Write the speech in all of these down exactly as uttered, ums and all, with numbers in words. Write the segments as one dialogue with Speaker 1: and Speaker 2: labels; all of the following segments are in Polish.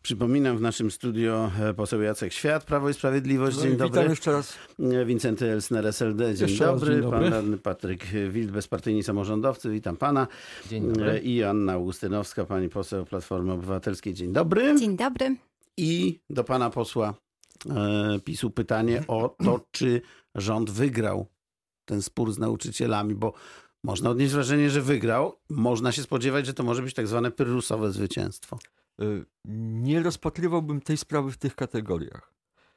Speaker 1: Przypominam, w naszym studio poseł Jacek Świat, Prawo i Sprawiedliwość. Dzień
Speaker 2: no,
Speaker 1: dobry.
Speaker 2: Witam jeszcze raz.
Speaker 1: Wincenty Elsner, S L D. Dzień
Speaker 2: Jeszcze raz,
Speaker 1: dobry.
Speaker 2: dzień dobry.
Speaker 1: Pan radny Patryk Wild, bezpartyjni samorządowcy. Witam pana.
Speaker 3: Dzień dobry.
Speaker 1: I Anna Augustynowska, pani poseł Platformy Obywatelskiej. Dzień dobry.
Speaker 4: Dzień dobry.
Speaker 1: I do pana posła e, PiSu pytanie o to, czy rząd wygrał ten spór z nauczycielami, bo można odnieść wrażenie, że wygrał. Można się spodziewać, że to może być tak zwane pyrrusowe zwycięstwo.
Speaker 2: Nie rozpatrywałbym tej sprawy w tych kategoriach.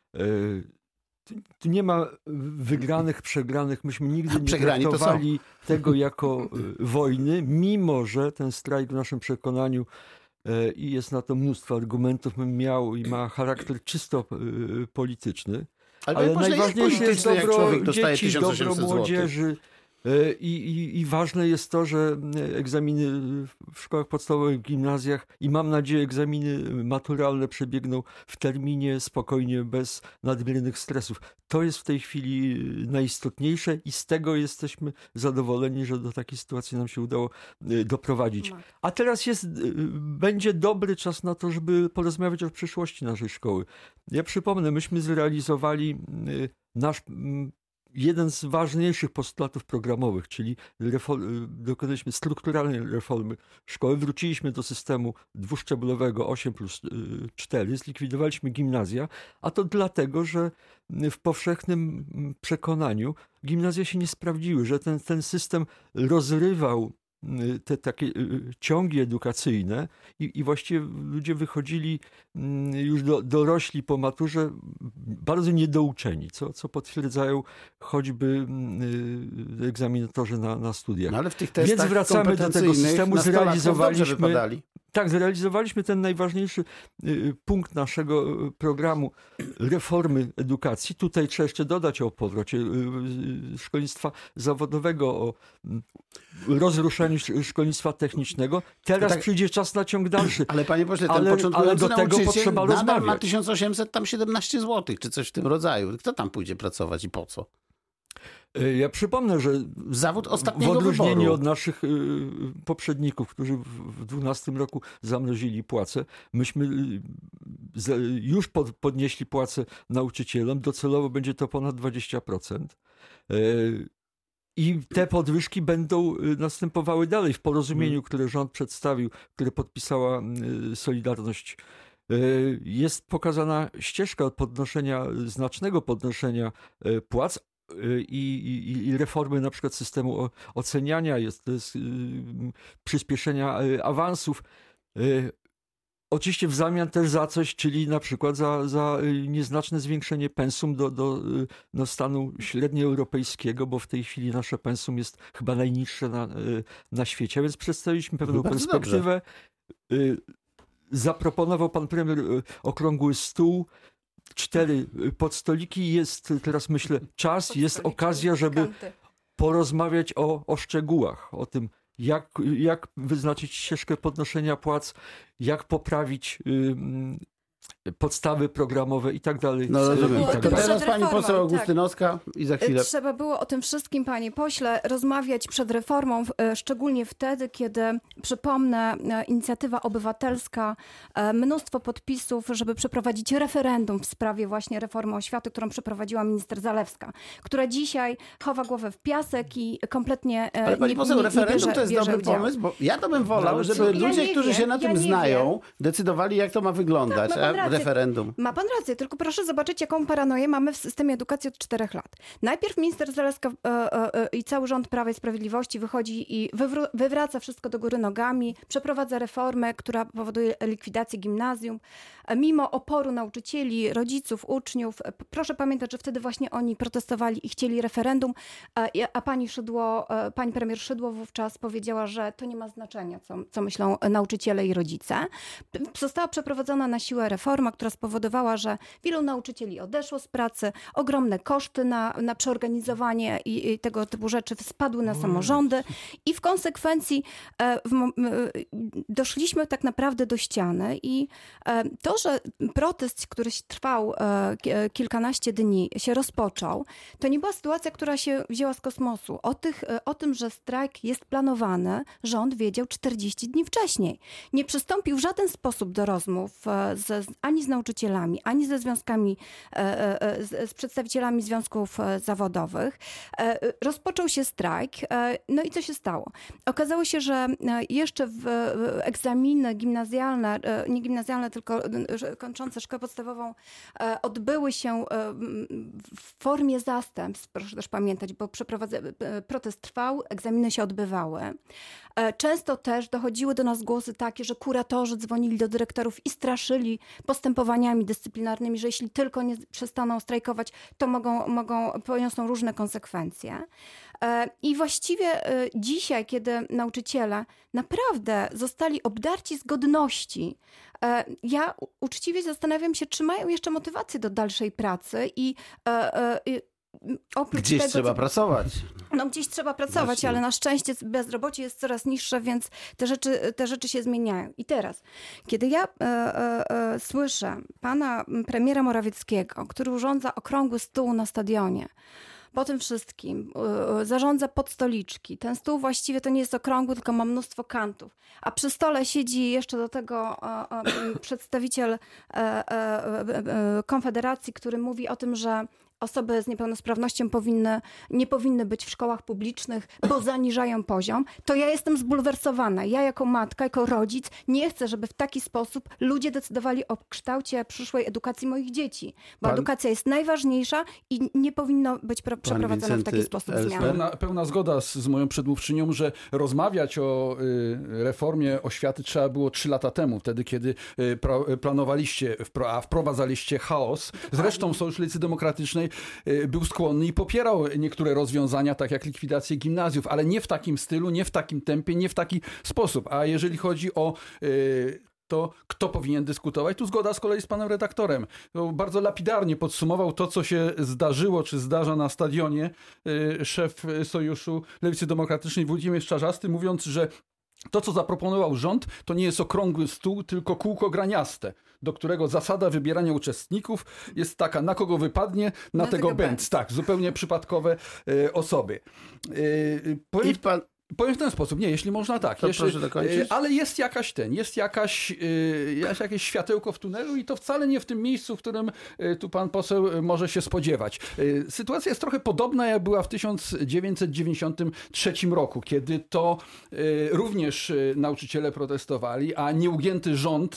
Speaker 2: Tu nie ma wygranych, przegranych. Myśmy nigdy nie
Speaker 1: Przegrani
Speaker 2: traktowali tego jako wojny, mimo że ten strajk w naszym przekonaniu, i jest na to mnóstwo argumentów, miał i ma charakter czysto polityczny.
Speaker 1: Ale,
Speaker 2: Ale
Speaker 1: pośle,
Speaker 2: najważniejsze jest dobro
Speaker 1: dostaje
Speaker 2: dzieci, dobro młodzieży. I, i, I ważne jest to, że egzaminy w szkołach podstawowych, w gimnazjach i mam nadzieję egzaminy maturalne przebiegną w terminie, spokojnie, bez nadmiernych stresów. To jest w tej chwili najistotniejsze i z tego jesteśmy zadowoleni, że do takiej sytuacji nam się udało doprowadzić. A teraz jest, będzie dobry czas na to, żeby porozmawiać o przyszłości naszej szkoły. Ja przypomnę, myśmy zrealizowali nasz jeden z ważniejszych postulatów programowych, czyli reform, dokonaliśmy strukturalnej reformy szkoły, wróciliśmy do systemu dwuszczeblowego osiem plus cztery, zlikwidowaliśmy gimnazja, a to dlatego, że w powszechnym przekonaniu gimnazja się nie sprawdziły, że ten, ten system rozrywał te takie ciągi edukacyjne i, i właściwie ludzie wychodzili już do, dorośli po maturze bardzo niedouczeni, co, co potwierdzają choćby egzaminatorzy na, na studiach.
Speaker 1: No ale w tych testach
Speaker 2: Więc wracamy do tego systemu, zrealizowaliśmy, tak, zrealizowaliśmy ten najważniejszy punkt naszego programu reformy edukacji. Tutaj trzeba jeszcze dodać o powrocie szkolnictwa zawodowego, o rozruszeniu szkolnictwa technicznego. Teraz tak, przyjdzie czas na ciąg dalszy.
Speaker 1: Ale panie pośle, ten
Speaker 2: ale,
Speaker 1: początkujący
Speaker 2: ale do tego potrzeba
Speaker 1: nadal
Speaker 2: rozmawiać.
Speaker 1: ma tysiąc osiemset tam siedemnaście złotych, czy coś w tym rodzaju. Kto tam pójdzie pracować i po co?
Speaker 2: Ja przypomnę, że
Speaker 1: zawód ostatniego
Speaker 2: w odróżnieniu
Speaker 1: wyboru.
Speaker 2: od naszych poprzedników, którzy w dwunastym roku zamrozili płace, myśmy już podnieśli płace nauczycielom. Docelowo będzie to ponad dwadzieścia procent. I te podwyżki będą następowały dalej w porozumieniu, które rząd przedstawił, które podpisała Solidarność. Jest pokazana ścieżka od podnoszenia, znacznego podnoszenia płac i, i, i reformy na przykład systemu oceniania, jest, jest przyspieszenia awansów. Oczywiście w zamian też za coś, czyli na przykład za, za nieznaczne zwiększenie pensum do, do no, stanu średnioeuropejskiego, bo w tej chwili nasze pensum jest chyba najniższe na, na świecie, więc przedstawiliśmy pewną
Speaker 1: Bardzo
Speaker 2: perspektywę. Dobrze. Zaproponował pan premier okrągły stół, cztery podstoliki. Jest teraz, myślę, czas, jest okazja, żeby porozmawiać o, o szczegółach, o tym, Jak, jak wyznaczyć ścieżkę podnoszenia płac, jak poprawić y, podstawy programowe i tak dalej.
Speaker 1: No rozumiem.
Speaker 2: I tak
Speaker 1: to
Speaker 2: dalej.
Speaker 1: teraz pani poseł Augustynowska tak. I za chwilę.
Speaker 4: Trzeba było o tym wszystkim, panie pośle, rozmawiać przed reformą, szczególnie wtedy, kiedy, przypomnę, inicjatywa obywatelska, mnóstwo podpisów, żeby przeprowadzić referendum w sprawie właśnie reformy oświaty, którą przeprowadziła minister Zalewska, która dzisiaj chowa głowę w piasek i kompletnie
Speaker 1: Ale pani
Speaker 4: nie,
Speaker 1: poseł,
Speaker 4: nie, nie
Speaker 1: referendum
Speaker 4: bierze,
Speaker 1: to jest
Speaker 4: bierze
Speaker 1: dobry
Speaker 4: udziału.
Speaker 1: pomysł, bo ja to bym wolał,
Speaker 2: no,
Speaker 1: żeby
Speaker 4: ja
Speaker 1: ludzie, którzy
Speaker 4: wiem,
Speaker 1: się na tym
Speaker 4: ja
Speaker 1: znają,
Speaker 4: wiem.
Speaker 1: decydowali, jak to ma wyglądać.
Speaker 4: Tak, ma pan
Speaker 1: a
Speaker 4: rację.
Speaker 1: referendum.
Speaker 4: Ma pan rację, tylko proszę zobaczyć, jaką paranoję mamy w systemie edukacji od czterech lat. Najpierw minister Zalewska e, e, i cały rząd Prawa i Sprawiedliwości wychodzi i wywr- wywraca wszystko do góry nogami, przeprowadza reformę, która powoduje likwidację gimnazjum. Mimo oporu nauczycieli, rodziców, uczniów, proszę pamiętać, że wtedy właśnie oni protestowali i chcieli referendum, a, a pani Szydło, pani premier Szydło wówczas powiedziała, że to nie ma znaczenia, co, co myślą nauczyciele i rodzice. Została przeprowadzona na siłę reforma. reforma, która spowodowała, że wielu nauczycieli odeszło z pracy, ogromne koszty na, na przeorganizowanie i, i tego typu rzeczy spadły na samorządy i w konsekwencji e, w, e, doszliśmy tak naprawdę do ściany i e, to, że protest, który trwał e, kilkanaście dni, się rozpoczął, to nie była sytuacja, która się wzięła z kosmosu. O, tych, e, o tym, że strajk jest planowany, rząd wiedział czterdzieści dni wcześniej. Nie przystąpił w żaden sposób do rozmów e, z, ani z nauczycielami, ani ze związkami, e, e, z, z przedstawicielami związków e, zawodowych. E, rozpoczął się strajk. E, no i co się stało? Okazało się, że jeszcze w egzaminy gimnazjalne, nie gimnazjalne, tylko kończące szkołę podstawową, odbyły się w formie zastępstw, proszę też pamiętać, bo protest trwał, egzaminy się odbywały. Często też dochodziły do nas głosy takie, że kuratorzy dzwonili do dyrektorów i straszyli postępowaniami dyscyplinarnymi, że jeśli tylko nie przestaną strajkować, to mogą, mogą poniosą różne konsekwencje. I właściwie dzisiaj, kiedy nauczyciele naprawdę zostali obdarci z godności, ja uczciwie zastanawiam się, czy mają jeszcze motywację do dalszej pracy i oprócz
Speaker 1: Gdzieś
Speaker 4: tego,
Speaker 1: trzeba
Speaker 4: co...
Speaker 1: pracować.
Speaker 4: No gdzieś trzeba pracować,
Speaker 1: Właśnie.
Speaker 4: ale na szczęście bezrobocie jest coraz niższe, więc te rzeczy, te rzeczy się zmieniają. I teraz, kiedy ja e, e, e, słyszę pana premiera Morawieckiego, który urządza okrągły stół na stadionie, po tym wszystkim y, zarządza podstoliczki. Ten stół właściwie to nie jest okrągły, tylko ma mnóstwo kantów. A przy stole siedzi jeszcze do tego y, y, przedstawiciel y, y, y, Konfederacji, który mówi o tym, że osoby z niepełnosprawnością powinny, nie powinny być w szkołach publicznych, bo zaniżają poziom, to ja jestem zbulwersowana. Ja jako matka, jako rodzic nie chcę, żeby w taki sposób ludzie decydowali o kształcie przyszłej edukacji moich dzieci. Bo
Speaker 1: Pan...
Speaker 4: edukacja jest najważniejsza i nie powinno być pro- przeprowadzona w taki sposób zmiany.
Speaker 3: Pełna, pełna zgoda z, z moją przedmówczynią, że rozmawiać o y, reformie oświaty trzeba było trzy lata temu, wtedy kiedy y, pro, planowaliście, wpro, a wprowadzaliście chaos. Zresztą Sojusz Lewicy Demokratycznej był skłonny i popierał niektóre rozwiązania, tak jak likwidację gimnazjów, ale nie w takim stylu, nie w takim tempie, nie w taki sposób. A jeżeli chodzi o yy, to, kto powinien dyskutować, tu zgoda z kolei z panem redaktorem. To bardzo lapidarnie podsumował to, co się zdarzyło, czy zdarza na stadionie yy, szef Sojuszu Lewicy Demokratycznej Włodzimierz Czarzasty, mówiąc, że to, co zaproponował rząd, to nie jest okrągły stół, tylko kółko graniaste, do którego zasada wybierania uczestników jest taka, na kogo wypadnie, na, na tego, tego bęc. Tak, zupełnie przypadkowe y, osoby. Y, powiem...
Speaker 1: I pan...
Speaker 3: Powiem w ten sposób, nie, jeśli można tak.
Speaker 1: To
Speaker 3: Jeszcze,
Speaker 1: proszę dokończyć.
Speaker 3: Ale jest jakaś ten, jest jakaś, jest jakieś światełko w tunelu i to wcale nie w tym miejscu, w którym tu pan poseł może się spodziewać. Sytuacja jest trochę podobna, jak była w tysiąc dziewięćset dziewięćdziesiątym trzecim roku, kiedy to również nauczyciele protestowali, a nieugięty rząd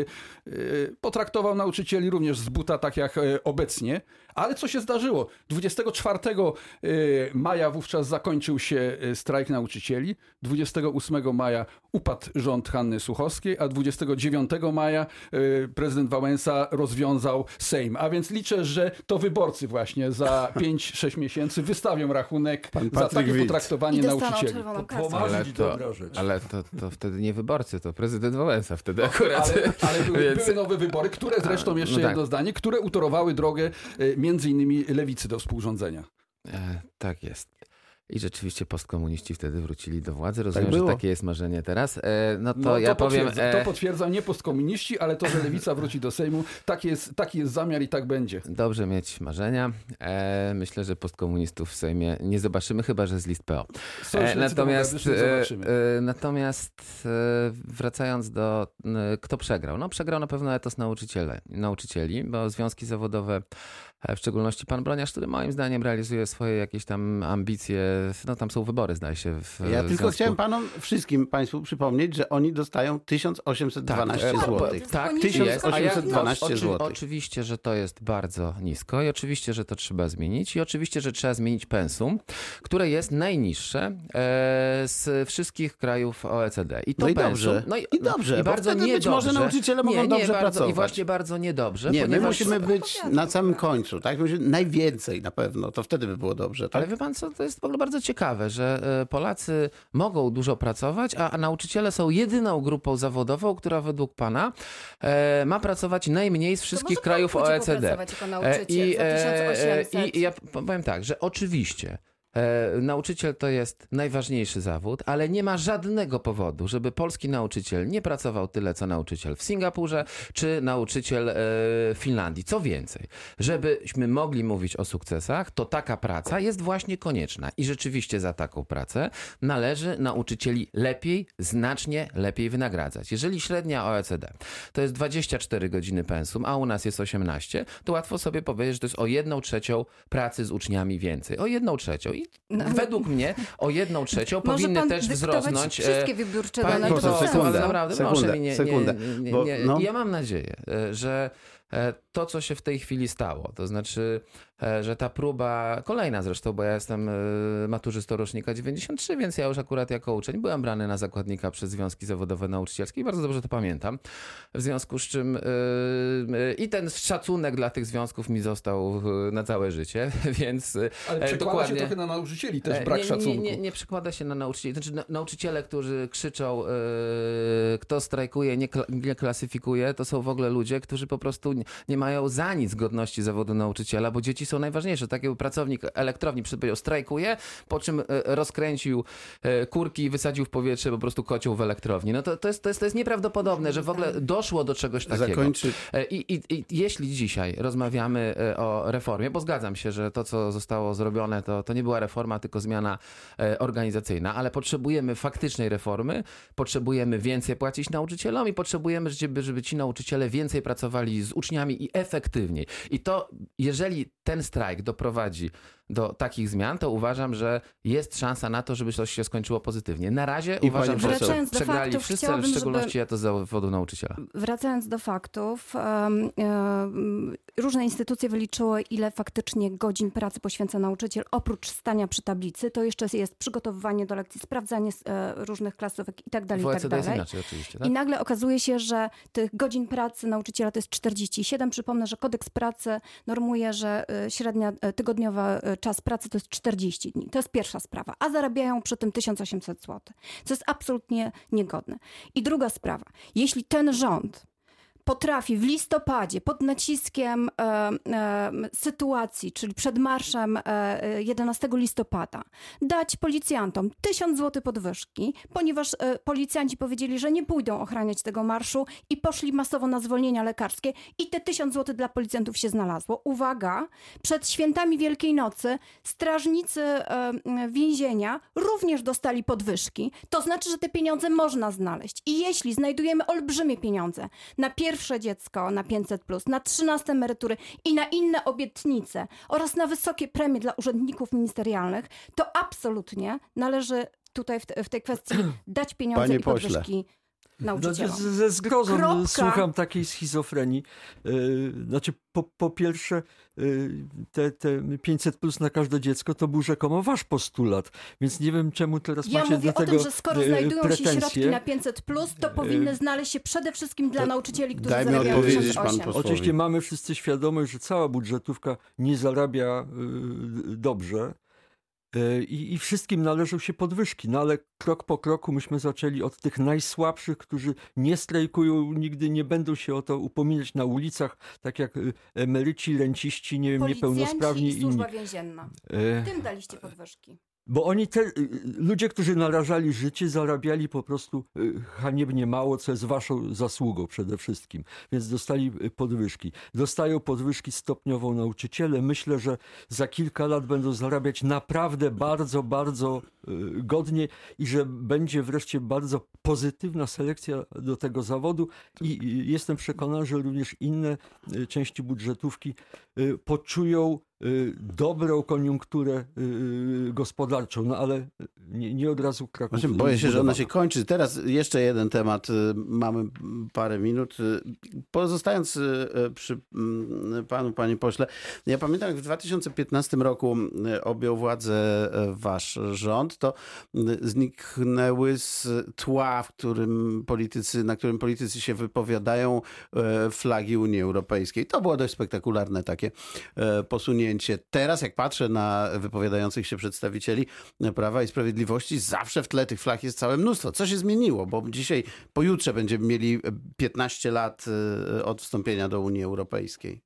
Speaker 3: potraktował nauczycieli również z buta, tak jak obecnie. Ale co się zdarzyło? dwudziestego czwartego maja wówczas zakończył się strajk nauczycieli. dwudziestego ósmego maja upadł rząd Hanny Suchowskiej, a dwudziestego dziewiątego maja prezydent Wałęsa rozwiązał Sejm. A więc liczę, że to wyborcy właśnie za pięć sześć miesięcy wystawią rachunek za takie
Speaker 1: Wild.
Speaker 3: potraktowanie nauczycieli.
Speaker 2: Ale, to,
Speaker 5: ale to, to wtedy nie wyborcy, to prezydent Wałęsa wtedy no, akurat.
Speaker 3: Ale, ale były,
Speaker 5: Więc...
Speaker 3: były nowe wybory, które zresztą jeszcze
Speaker 5: no tak.
Speaker 3: jedno zdanie, które utorowały drogę między innymi lewicy do współrządzenia.
Speaker 5: E, tak jest. I rzeczywiście postkomuniści wtedy wrócili do władzy. Rozumiem,
Speaker 1: tak
Speaker 5: że takie jest marzenie teraz. E, no to
Speaker 3: no,
Speaker 5: ja
Speaker 3: to
Speaker 5: powiem...
Speaker 3: Potwierdzam, e... To potwierdzam nie postkomuniści, ale to, że lewica wróci do Sejmu, taki jest, taki jest zamiar i tak będzie.
Speaker 5: Dobrze mieć marzenia. E, myślę, że postkomunistów w Sejmie nie zobaczymy, chyba że z list kropka pe o. E, natomiast e, natomiast e, wracając do e, kto przegrał? No przegrał na pewno etos nauczyciele, nauczycieli, bo związki zawodowe, w szczególności pan Broniarz, który moim zdaniem realizuje swoje jakieś tam ambicje. No tam są wybory, zdaje się. W
Speaker 1: ja tylko
Speaker 5: związku...
Speaker 1: chciałem panom, wszystkim państwu przypomnieć, że oni dostają tysiąc osiemset dwanaście
Speaker 5: tak,
Speaker 1: złotych.
Speaker 5: Tak,
Speaker 1: tysiąc osiemset dwanaście złotych.
Speaker 5: Oczywiście, że to jest bardzo nisko i oczywiście, że to trzeba zmienić i oczywiście, że trzeba zmienić pensum, które jest najniższe e, z wszystkich krajów O E C D. I to
Speaker 1: no i
Speaker 5: pensum,
Speaker 1: dobrze.
Speaker 5: No i,
Speaker 1: I dobrze,
Speaker 5: i
Speaker 1: bo
Speaker 5: bardzo
Speaker 1: wtedy być może nauczyciele mogą
Speaker 5: nie, nie,
Speaker 1: dobrze
Speaker 5: bardzo,
Speaker 1: pracować.
Speaker 5: I właśnie bardzo niedobrze.
Speaker 1: Nie,
Speaker 5: ponieważ...
Speaker 1: my musimy być na samym końcu, tak? Musimy najwięcej na pewno, to wtedy by było dobrze. Tak?
Speaker 5: Ale wie pan co, to jest w ogóle bardzo ciekawe, że Polacy mogą dużo pracować, a nauczyciele są jedyną grupą zawodową, która według pana ma pracować najmniej z wszystkich krajów O E C D.
Speaker 4: Jako nauczyciel
Speaker 5: I,
Speaker 4: za tysiąc osiemset.
Speaker 5: I, I ja powiem tak, że oczywiście nauczyciel to jest najważniejszy zawód, ale nie ma żadnego powodu, żeby polski nauczyciel nie pracował tyle, co nauczyciel w Singapurze, czy nauczyciel w Finlandii. Co więcej, żebyśmy mogli mówić o sukcesach, to taka praca jest właśnie konieczna. I rzeczywiście za taką pracę należy nauczycieli lepiej, znacznie lepiej wynagradzać. Jeżeli średnia O E C D to jest dwadzieścia cztery godziny pensum, a u nas jest osiemnaście, to łatwo sobie powiedzieć, że to jest o jedną trzecią pracy z uczniami więcej. O jedną trzecią. I No, według mnie o jedną trzecią powinny też wzrosnąć.
Speaker 4: Wszystkie wybiórcze dane.
Speaker 5: Ale naprawdę,
Speaker 1: sekundę,
Speaker 5: proszę mi nie,
Speaker 1: sekundę,
Speaker 5: nie, nie,
Speaker 1: bo,
Speaker 5: nie.
Speaker 1: no.
Speaker 5: Ja mam nadzieję, że to, co się w tej chwili stało, to znaczy, że ta próba, kolejna zresztą, bo ja jestem maturzystą rocznika dziewięćdziesiąt trzy, więc ja już akurat jako uczeń byłem brany na zakładnika przez związki zawodowe nauczycielskie i bardzo dobrze to pamiętam. W związku z czym i ten szacunek dla tych związków mi został na całe życie, więc
Speaker 3: ale przekłada
Speaker 5: dokładnie
Speaker 3: się trochę na nauczycieli też brak
Speaker 5: nie,
Speaker 3: szacunku.
Speaker 5: Nie, nie, nie przekłada się na nauczycieli. Znaczy na, nauczyciele, którzy krzyczą, kto strajkuje, nie, kla, nie klasyfikuje, to są w ogóle ludzie, którzy po prostu nie, nie mają za nic godności zawodu nauczyciela, bo dzieci są najważniejsze. Taki pracownik elektrowni powiedział, strajkuje, po czym rozkręcił kurki i wysadził w powietrze po prostu kocioł w elektrowni. No to, to, jest, to, jest, to jest nieprawdopodobne, że w ogóle doszło do czegoś takiego.
Speaker 1: Zakończy...
Speaker 5: I, i, I jeśli dzisiaj rozmawiamy o reformie, bo zgadzam się, że to, co zostało zrobione, to, to nie była reforma, tylko zmiana organizacyjna, ale potrzebujemy faktycznej reformy, potrzebujemy więcej płacić nauczycielom i potrzebujemy, żeby, żeby ci nauczyciele więcej pracowali z uczniami i efektywniej. I to, jeżeli ten strajk doprowadzi do takich zmian, to uważam, że jest szansa na to, żeby coś się skończyło pozytywnie. Na razie
Speaker 1: I
Speaker 5: uważam, że
Speaker 4: wracając do
Speaker 5: przegrali
Speaker 4: faktów,
Speaker 5: wszyscy, ale w szczególności
Speaker 4: żeby...
Speaker 5: ja to z zawodu nauczyciela.
Speaker 4: Wracając do faktów, um, um, różne instytucje wyliczyły, ile faktycznie godzin pracy poświęca nauczyciel, oprócz stania przy tablicy, to jeszcze jest przygotowywanie do lekcji, sprawdzanie e, różnych klasówek i tak dalej,
Speaker 5: w
Speaker 4: i
Speaker 5: O E
Speaker 4: tak
Speaker 5: C D
Speaker 4: dalej.
Speaker 5: jest inaczej oczywiście, tak?
Speaker 4: I nagle okazuje się, że tych godzin pracy nauczyciela to jest czterdzieści siedem. Przypomnę, że kodeks pracy normuje, że średnia tygodniowa czas pracy to jest czterdzieści dni. To jest pierwsza sprawa. A zarabiają przy tym tysiąc osiemset złotych, co jest absolutnie niegodne. I druga sprawa. Jeśli ten rząd potrafi w listopadzie pod naciskiem e, e, sytuacji, czyli przed marszem e, jedenastego listopada, dać policjantom tysiąc złotych podwyżki, ponieważ e, policjanci powiedzieli, że nie pójdą ochraniać tego marszu i poszli masowo na zwolnienia lekarskie i te tysiąc złotych dla policjantów się znalazło. Uwaga, przed świętami Wielkiej Nocy strażnicy e, więzienia również dostali podwyżki. To znaczy, że te pieniądze można znaleźć. I jeśli znajdujemy olbrzymie pieniądze na pierwsze pierwsze dziecko na pięćset plus, na trzynaste emerytury i na inne obietnice oraz na wysokie premie dla urzędników ministerialnych, to absolutnie należy tutaj w, te, w tej kwestii dać pieniądze
Speaker 1: Panie
Speaker 4: i podwyżki nauczycielom.
Speaker 2: No, ze zgrozą
Speaker 4: Kropka.
Speaker 2: słucham takiej schizofrenii. Yy, znaczy, po, po pierwsze, yy, te, te pięćset plus na każde dziecko to był rzekomo wasz postulat, więc nie wiem, czemu teraz
Speaker 4: ja
Speaker 2: macie
Speaker 4: mówię
Speaker 2: do tego
Speaker 4: o tym, że skoro
Speaker 2: yy,
Speaker 4: znajdują
Speaker 2: pretensje.
Speaker 4: się środki na pięćset plus, to powinny znaleźć się przede wszystkim dla nauczycieli, którzy
Speaker 1: dajmy
Speaker 4: zarabiają
Speaker 1: odpowiedzieć
Speaker 4: tysiąc
Speaker 1: pan
Speaker 4: osiem.
Speaker 1: posłowi.
Speaker 2: Oczywiście mamy wszyscy świadomość, że cała budżetówka nie zarabia yy, dobrze. I, I wszystkim należą się podwyżki, no ale krok po kroku myśmy zaczęli od tych najsłabszych, którzy nie strajkują, nigdy nie będą się o to upominać na ulicach, tak jak emeryci, renciści, nie wiem,
Speaker 4: Policjanci
Speaker 2: niepełnosprawni
Speaker 4: i
Speaker 2: inni.
Speaker 4: służba więzienna.
Speaker 2: E...
Speaker 4: Tym daliście podwyżki.
Speaker 2: Bo oni, te, ludzie, którzy narażali życie, zarabiali po prostu haniebnie mało, co jest waszą zasługą przede wszystkim. Więc dostali podwyżki. Dostają podwyżki stopniowo nauczyciele. Myślę, że za kilka lat będą zarabiać naprawdę bardzo, bardzo godnie i że będzie wreszcie bardzo pozytywna selekcja do tego zawodu i jestem przekonany, że również inne części budżetówki poczują dobrą koniunkturę gospodarczą, no ale nie, nie od razu Kraków.
Speaker 1: Właśnie boję się, że ona się kończy. Teraz jeszcze jeden temat. Mamy parę minut. Pozostając przy panu, panie pośle, ja pamiętam, jak w dwa tysiące piętnastym roku objął władzę wasz rząd, to zniknęły z tła, w którym politycy, na którym politycy się wypowiadają, flagi Unii Europejskiej. To było dość spektakularne takie posunięcie. rozwinięcie. Teraz, jak patrzę na wypowiadających się przedstawicieli Prawa i Sprawiedliwości, zawsze w tle tych flag jest całe mnóstwo. Co się zmieniło? Bo dzisiaj, pojutrze będziemy mieli piętnaście lat od wstąpienia do Unii Europejskiej.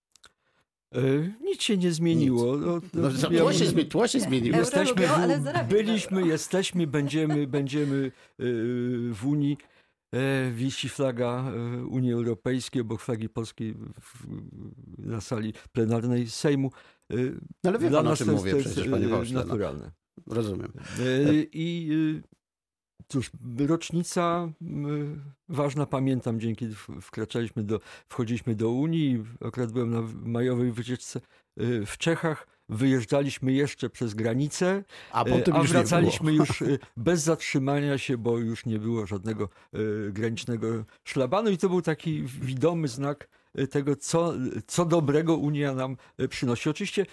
Speaker 2: Nic się nie zmieniło. No,
Speaker 1: no, no, tło, się zmi- tło się zmieniło.
Speaker 2: Jesteśmy w, byliśmy, jesteśmy, będziemy, będziemy w Unii. Wisi flaga Unii Europejskiej obok flagi polskiej na sali plenarnej Sejmu.
Speaker 1: No ale wie
Speaker 2: Dla
Speaker 1: pan,
Speaker 2: nas
Speaker 1: o czym mówię
Speaker 2: to
Speaker 1: przecież,
Speaker 2: jest
Speaker 1: panie pośle.
Speaker 2: naturalne.
Speaker 1: No, rozumiem.
Speaker 2: I cóż, rocznica ważna, pamiętam, dzięki wkraczaliśmy do, wchodziliśmy do Unii, akurat byłem na majowej wycieczce w Czechach, wyjeżdżaliśmy jeszcze przez granicę,
Speaker 1: a, potem
Speaker 2: a
Speaker 1: już
Speaker 2: wracaliśmy już bez zatrzymania się, bo już nie było żadnego granicznego szlabanu i to był taki widomy znak tego, co, co dobrego Unia nam przynosi. Oczywiście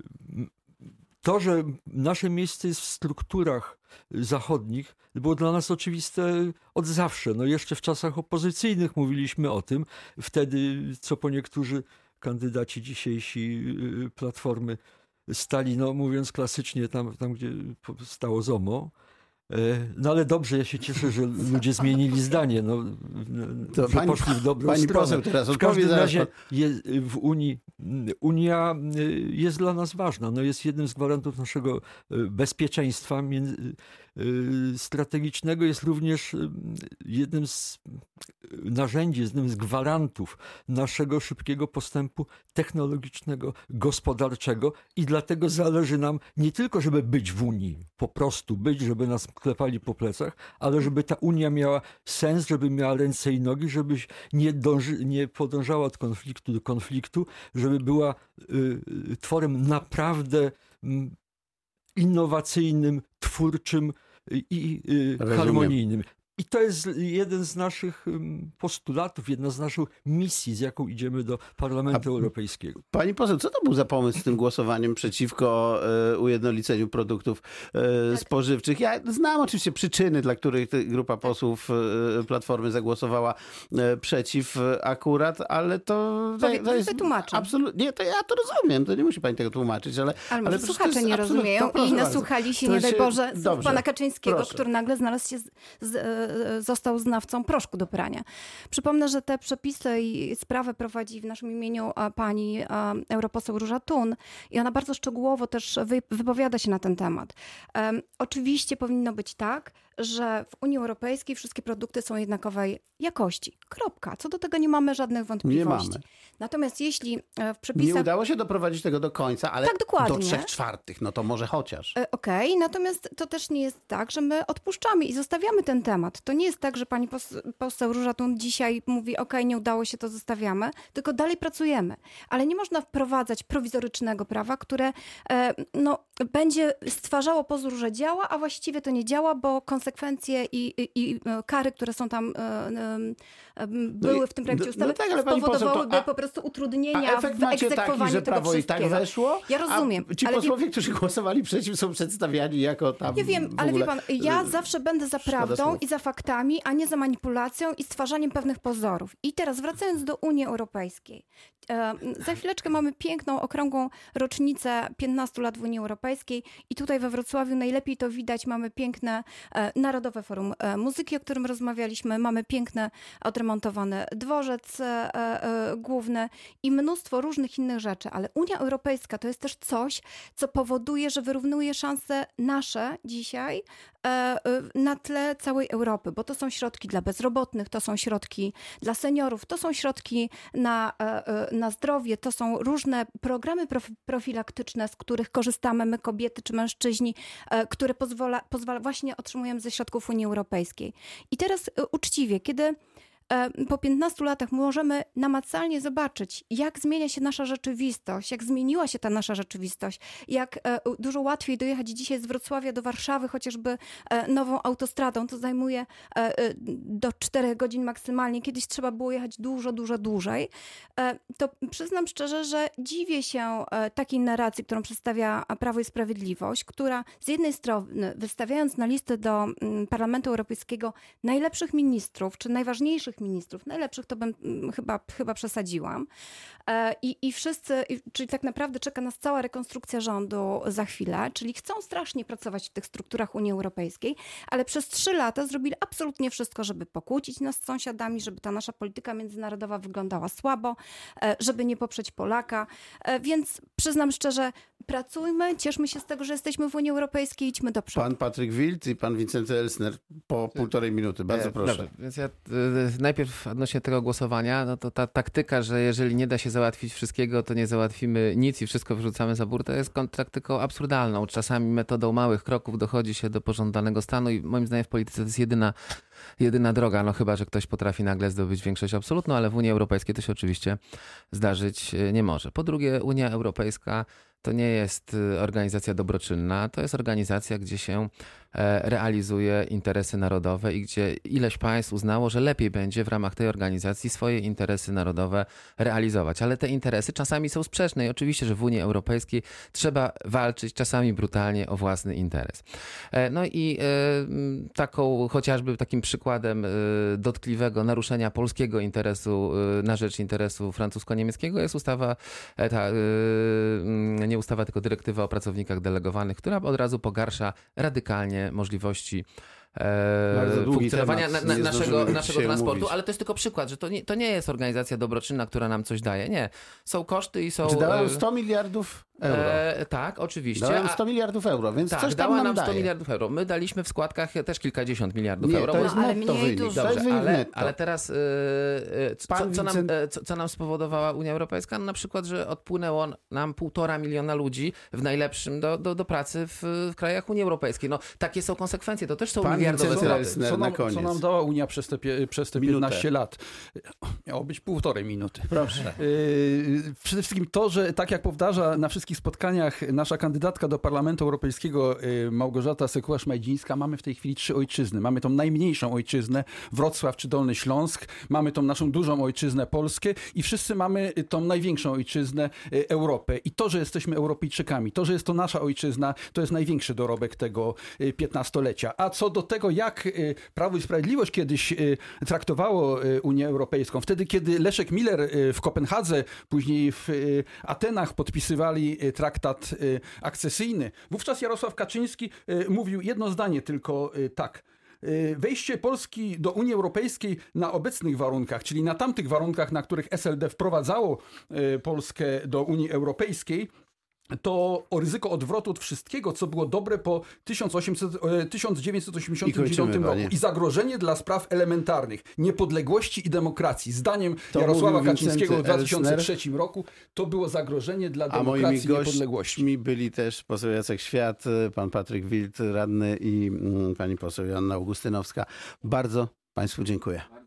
Speaker 2: to, że nasze miejsce jest w strukturach zachodnich, było dla nas oczywiste od zawsze. No jeszcze w czasach opozycyjnych mówiliśmy o tym. Wtedy, co po niektórzy kandydaci dzisiejsi Platformy stali, no mówiąc klasycznie, tam, tam gdzie stało ZOMO. No ale dobrze, ja się cieszę, że ludzie zmienili zdanie, no,
Speaker 1: to
Speaker 2: że
Speaker 1: pani,
Speaker 2: poszli w dobrą
Speaker 1: pani
Speaker 2: stronę.
Speaker 1: Poseł teraz
Speaker 2: w każdym razie
Speaker 1: pan...
Speaker 2: je, w Unii, Unia jest dla nas ważna, no jest jednym z gwarantów naszego bezpieczeństwa strategicznego, jest również jednym z narzędzi, jednym z gwarantów naszego szybkiego postępu technologicznego, gospodarczego i dlatego zależy nam nie tylko, żeby być w Unii, po prostu być, żeby nas klepali po plecach, ale żeby ta Unia miała sens, żeby miała ręce i nogi, żeby nie, dąży, nie podążała od konfliktu do konfliktu, żeby była y, tworem naprawdę y, innowacyjnym, twórczym i y, harmonijnym. I to jest jeden z naszych postulatów, jedna z naszych misji, z jaką idziemy do Parlamentu A, Europejskiego.
Speaker 1: Pani poseł, co to był za pomysł z tym głosowaniem przeciwko e, ujednoliceniu produktów e, tak. spożywczych? Ja znam oczywiście przyczyny, dla których grupa posłów e, Platformy zagłosowała e, przeciw akurat, ale to, to, to jest absolutnie, to ja to rozumiem, to nie musi pani tego tłumaczyć, ale...
Speaker 4: Ale może
Speaker 1: ale
Speaker 4: słuchacze nie rozumieją i nasłuchali się, nie daj Boże, z pana Kaczyńskiego, proszę. Który nagle znalazł się z, z został znawcą proszku do prania. Przypomnę, że te przepisy i sprawę prowadzi w naszym imieniu pani europoseł Róża Thun i ona bardzo szczegółowo też wypowiada się na ten temat. Um, oczywiście powinno być tak, że w Unii Europejskiej wszystkie produkty są jednakowej jakości. Kropka. Co do tego nie mamy żadnych wątpliwości.
Speaker 1: Nie mamy.
Speaker 4: Natomiast jeśli w przepisach...
Speaker 1: Nie udało się doprowadzić tego do końca, ale
Speaker 4: tak, dokładnie.
Speaker 1: do trzech czwartych, no to może chociaż.
Speaker 4: Okej, okay. Natomiast to też nie jest tak, że my odpuszczamy i zostawiamy ten temat. To nie jest tak, że pani poseł Róża Thun dzisiaj mówi, okej, okay, nie udało się, to zostawiamy, tylko dalej pracujemy. Ale nie można wprowadzać prowizorycznego prawa, które no, będzie stwarzało pozór, że działa, a właściwie to nie działa, bo konsekwencje i, i, i kary, które są tam były no i, w tym projekcie ustawy, no tak, spowodowałyby to, a, po prostu utrudnienia w egzekwowaniu taki, że
Speaker 1: tego prawo
Speaker 4: wszystkiego.
Speaker 1: I tak weszło,
Speaker 4: ja rozumiem.
Speaker 1: A ci
Speaker 4: ale
Speaker 1: posłowie,
Speaker 4: wie...
Speaker 1: którzy głosowali przeciw, są przedstawiani jako tam
Speaker 4: Ja wiem, ale wie pan, ja zawsze będę za prawdą
Speaker 1: słów.
Speaker 4: i za faktami, a nie za manipulacją i stwarzaniem pewnych pozorów. I teraz wracając do Unii Europejskiej. Za chwileczkę mamy piękną, okrągłą rocznicę piętnastu lat w Unii Europejskiej i tutaj we Wrocławiu najlepiej to widać. Mamy piękne Narodowe Forum Muzyki, o którym rozmawialiśmy. Mamy piękny, odremontowany dworzec główny i mnóstwo różnych innych rzeczy. Ale Unia Europejska to jest też coś, co powoduje, że wyrównuje szanse nasze dzisiaj na tle całej Europy, bo to są środki dla bezrobotnych, to są środki dla seniorów, to są środki na, na zdrowie, to są różne programy profilaktyczne, z których korzystamy my, kobiety czy mężczyźni, które pozwala, pozwala właśnie otrzymujemy ze środków Unii Europejskiej. I teraz uczciwie, kiedy po piętnastu latach możemy namacalnie zobaczyć, jak zmienia się nasza rzeczywistość, jak zmieniła się ta nasza rzeczywistość, jak dużo łatwiej dojechać dzisiaj z Wrocławia do Warszawy, chociażby nową autostradą, to zajmuje do czterech godzin maksymalnie. Kiedyś trzeba było jechać dużo, dużo dłużej. To przyznam szczerze, że dziwię się takiej narracji, którą przedstawia Prawo i Sprawiedliwość, która z jednej strony, wystawiając na listę do Parlamentu Europejskiego najlepszych ministrów, czy najważniejszych najlepszych ministrów, najlepszych to bym chyba, chyba przesadziłam. I, i wszyscy, czyli tak naprawdę czeka nas cała rekonstrukcja rządu za chwilę, czyli chcą strasznie pracować w tych strukturach Unii Europejskiej, ale przez trzy lata zrobili absolutnie wszystko, żeby pokłócić nas z sąsiadami, żeby ta nasza polityka międzynarodowa wyglądała słabo, żeby nie poprzeć Polaka. Więc przyznam szczerze, pracujmy, cieszmy się z tego, że jesteśmy w Unii Europejskiej, idźmy do przodu.
Speaker 1: Pan Patryk Wild i pan Wincenty Elsner po półtorej minuty. Bardzo proszę.
Speaker 5: Dobrze, więc ja y, najpierw odnośnie tego głosowania, no to ta taktyka, że jeżeli nie da się załatwić wszystkiego, to nie załatwimy nic i wszystko wyrzucamy za burtę, jest taktyką absurdalną. Czasami metodą małych kroków dochodzi się do pożądanego stanu i moim zdaniem w polityce to jest jedyna, jedyna droga, no chyba, że ktoś potrafi nagle zdobyć większość absolutną, ale w Unii Europejskiej to się oczywiście zdarzyć nie może. Po drugie, Unia Europejska to nie jest organizacja dobroczynna, to jest organizacja, gdzie się realizuje interesy narodowe i gdzie ileś państw uznało, że lepiej będzie w ramach tej organizacji swoje interesy narodowe realizować. Ale te interesy czasami są sprzeczne i oczywiście, że w Unii Europejskiej trzeba walczyć czasami brutalnie o własny interes. No i taką chociażby takim przykładem dotkliwego naruszenia polskiego interesu na rzecz interesu francusko-niemieckiego jest ustawa, ta, nie ustawa, tylko dyrektywa o pracownikach delegowanych, która od razu pogarsza radykalnie możliwości e, funkcjonowania na, na, naszego, naszego transportu, mówić. Ale to jest tylko przykład, że to nie, to nie jest organizacja dobroczynna, która nam coś daje. Nie. Są koszty i są...
Speaker 1: Czy dała sto miliardów euro? E,
Speaker 5: tak, oczywiście.
Speaker 1: Dała sto miliardów euro, więc
Speaker 5: tak,
Speaker 1: coś tam
Speaker 5: dała
Speaker 1: nam,
Speaker 5: nam sto
Speaker 1: daje.
Speaker 5: miliardów euro. My daliśmy w składkach też kilkadziesiąt miliardów
Speaker 1: nie,
Speaker 5: euro.
Speaker 1: to jest
Speaker 4: no, ale
Speaker 1: netto wynik.
Speaker 4: dużo.
Speaker 5: Dobrze, ale,
Speaker 1: netto.
Speaker 5: ale teraz yy, co, co, nam, yy, co, co nam spowodowała Unia Europejska? No, na przykład, że odpłynęło nam półtora miliona ludzi w najlepszym do, do, do pracy w, w krajach Unii Europejskiej. No, takie są konsekwencje. To też są
Speaker 1: Pan
Speaker 5: miliardowe straty.
Speaker 3: Co nam, co nam dała Unia przez te, przez te piętnaście lat? Miało być półtorej minuty.
Speaker 1: Proszę.
Speaker 3: Yy, przede wszystkim to, że tak jak powtarza na wszystkich spotkaniach nasza kandydatka do Parlamentu Europejskiego yy, Małgorzata Sekuła-Szmajdzińska, mamy w tej chwili trzy ojczyzny. Mamy tą najmniejszą ojczyznę Wrocław czy Dolny Śląsk, mamy tą naszą dużą ojczyznę Polskę i wszyscy mamy tą największą ojczyznę yy, Europę. I to, że jesteśmy Europejczykami, to, że jest to nasza ojczyzna, to jest największy dorobek tego yy, piętnastolecia. A co do tego, jak yy, Prawo i Sprawiedliwość kiedyś yy, traktowało yy, Unię Europejską, wtedy, kiedy Leszek Miller yy, w Kopenhadze, później w yy, Atenach podpisywali yy, traktat yy, akcesyjny, wówczas Jarosław Kaczyński yy, mówił jedno zdanie tylko yy, tak. Wejście Polski do Unii Europejskiej na obecnych warunkach, czyli na tamtych warunkach, na których S L D wprowadzało Polskę do Unii Europejskiej, to o ryzyko odwrotu od wszystkiego, co było dobre po tysiąc dziewięćset osiemdziesiątym dziewiątym roku. I zagrożenie dla spraw elementarnych, niepodległości i demokracji. Zdaniem to Jarosława Kaczyńskiego w dwa tysiące trzecim roku to było zagrożenie dla demokracji i niepodległości.
Speaker 1: A moimi byli też poseł Jacek Świat, pan Patryk Wild, radny i pani poseł Joanna Augustynowska. Bardzo Państwu dziękuję.